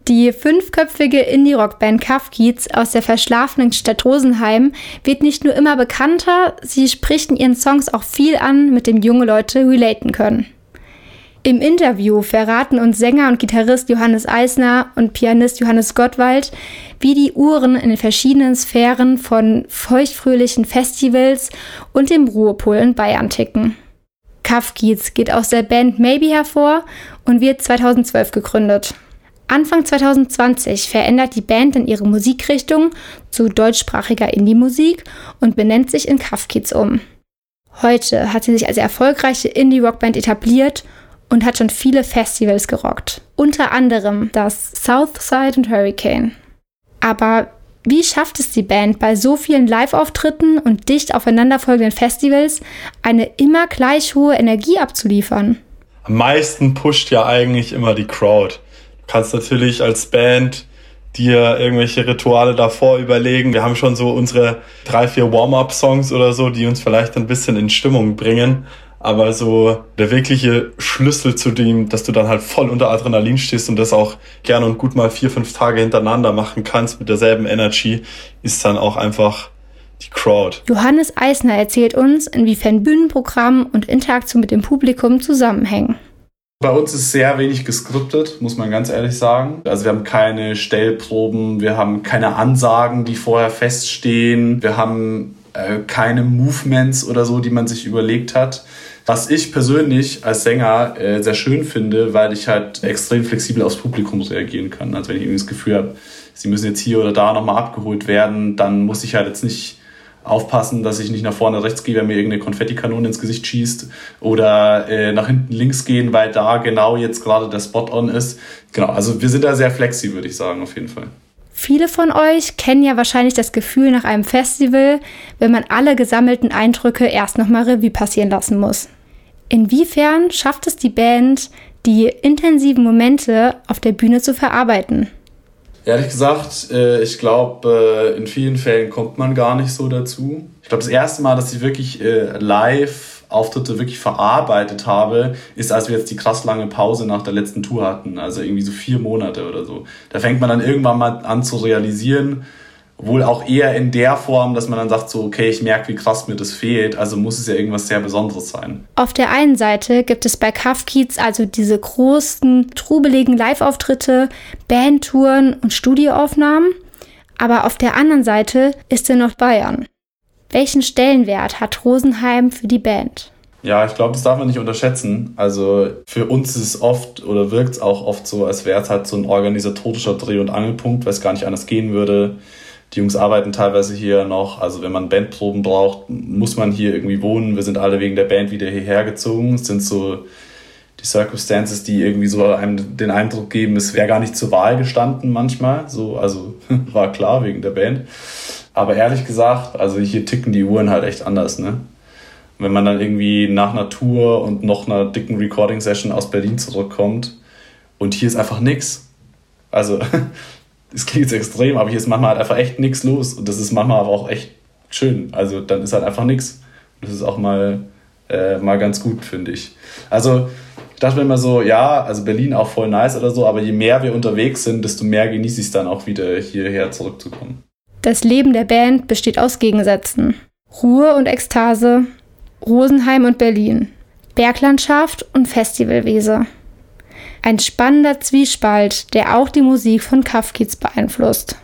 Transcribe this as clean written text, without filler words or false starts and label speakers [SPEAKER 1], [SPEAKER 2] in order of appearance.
[SPEAKER 1] Die 5-köpfige Indie-Rock-Band Cuff Kids aus der verschlafenen Stadt Rosenheim wird nicht nur immer bekannter, sie spricht in ihren Songs auch viel an, mit dem junge Leute relaten können. Im Interview verraten uns Sänger und Gitarrist Johannes Eisner und Pianist Johannes Gottwald, wie die Uhren in den verschiedenen Sphären von feuchtfröhlichen Festivals und dem Ruhepol in Bayern ticken. Cuff Kids geht aus der Band Maybe hervor und wird 2012 gegründet. Anfang 2020 verändert die Band in ihre Musikrichtung zu deutschsprachiger Indie-Musik und benennt sich in Cuff Kids um. Heute hat sie sich als erfolgreiche Indie-Rock-Band etabliert und hat schon viele Festivals gerockt. Unter anderem das Southside und Hurricane. Aber wie schafft es die Band, bei so vielen Live-Auftritten und dicht aufeinanderfolgenden Festivals eine immer gleich hohe Energie abzuliefern?
[SPEAKER 2] Am meisten pusht ja eigentlich immer die Crowd. Du kannst natürlich als Band dir irgendwelche Rituale davor überlegen. Wir haben schon so unsere 3-4 Warm-Up-Songs oder so, die uns vielleicht ein bisschen in Stimmung bringen. Aber so der wirkliche Schlüssel zu dem, dass du dann halt voll unter Adrenalin stehst und das auch gerne und gut mal 4-5 Tage hintereinander machen kannst mit derselben Energy, ist dann auch einfach die Crowd.
[SPEAKER 1] Johannes Eisner erzählt uns, inwiefern Bühnenprogramm und Interaktion mit dem Publikum zusammenhängen.
[SPEAKER 3] Bei uns ist sehr wenig geskriptet, muss man ganz ehrlich sagen. Also wir haben keine Stellproben, wir haben keine Ansagen, die vorher feststehen, wir haben keine Movements oder so, die man sich überlegt hat. Was ich persönlich als Sänger sehr schön finde, weil ich halt extrem flexibel aufs Publikum reagieren kann. Also wenn ich irgendwie das Gefühl habe, sie müssen jetzt hier oder da nochmal abgeholt werden, dann muss ich halt jetzt nicht aufpassen, dass ich nicht nach vorne rechts gehe, wenn mir irgendeine Konfettikanone ins Gesicht schießt oder nach hinten links gehen, weil da genau jetzt gerade der Spot-on ist. Genau, also wir sind da sehr flexibel, würde ich sagen, auf jeden Fall.
[SPEAKER 1] Viele von euch kennen ja wahrscheinlich das Gefühl nach einem Festival, wenn man alle gesammelten Eindrücke erst nochmal Revue passieren lassen muss. Inwiefern schafft es die Band, die intensiven Momente auf der Bühne zu verarbeiten?
[SPEAKER 3] Ehrlich gesagt, ich glaube, in vielen Fällen kommt man gar nicht so dazu. Ich glaube, das erste Mal, dass ich wirklich Live-Auftritte wirklich verarbeitet habe, ist, als wir jetzt die krass lange Pause nach der letzten Tour hatten. Also irgendwie so 4 Monate oder so. Da fängt man dann irgendwann mal an zu realisieren, wohl auch eher in der Form, dass man dann sagt so, okay, ich merke, wie krass mir das fehlt, also muss es ja irgendwas sehr Besonderes sein.
[SPEAKER 1] Auf der einen Seite gibt es bei Cuff Kids also diese großen, trubeligen Live-Auftritte, Bandtouren und Studioaufnahmen, aber auf der anderen Seite ist noch Bayern. Welchen Stellenwert hat Rosenheim für die Band?
[SPEAKER 3] Ja, ich glaube, das darf man nicht unterschätzen. Also für uns ist es oft oder wirkt es auch oft so, als wäre es halt so ein organisatorischer Dreh- und Angelpunkt, weil es gar nicht anders gehen würde. Die Jungs arbeiten teilweise hier noch, also wenn man Bandproben braucht, muss man hier irgendwie wohnen. Wir sind alle wegen der Band wieder hierher gezogen. Es sind so die Circumstances, die irgendwie so einem den Eindruck geben, es wäre gar nicht zur Wahl gestanden manchmal. So, also war klar wegen der Band. Aber ehrlich gesagt, also hier ticken die Uhren halt echt anders, ne? Wenn man dann irgendwie nach einer Tour und noch einer dicken Recording-Session aus Berlin zurückkommt und hier ist einfach nix. Also es klingt jetzt extrem, aber hier ist manchmal halt einfach echt nichts los und das ist manchmal aber auch echt schön. Also dann ist halt einfach nichts. Das ist auch mal ganz gut, finde ich. Also ich dachte mir immer so, ja, also Berlin auch voll nice oder so, aber je mehr wir unterwegs sind, desto mehr genieße ich es dann auch wieder, hierher zurückzukommen.
[SPEAKER 1] Das Leben der Band besteht aus Gegensätzen. Ruhe und Ekstase, Rosenheim und Berlin, Berglandschaft und Festivalwiese. Ein spannender Zwiespalt, der auch die Musik von Cuff Kids beeinflusst.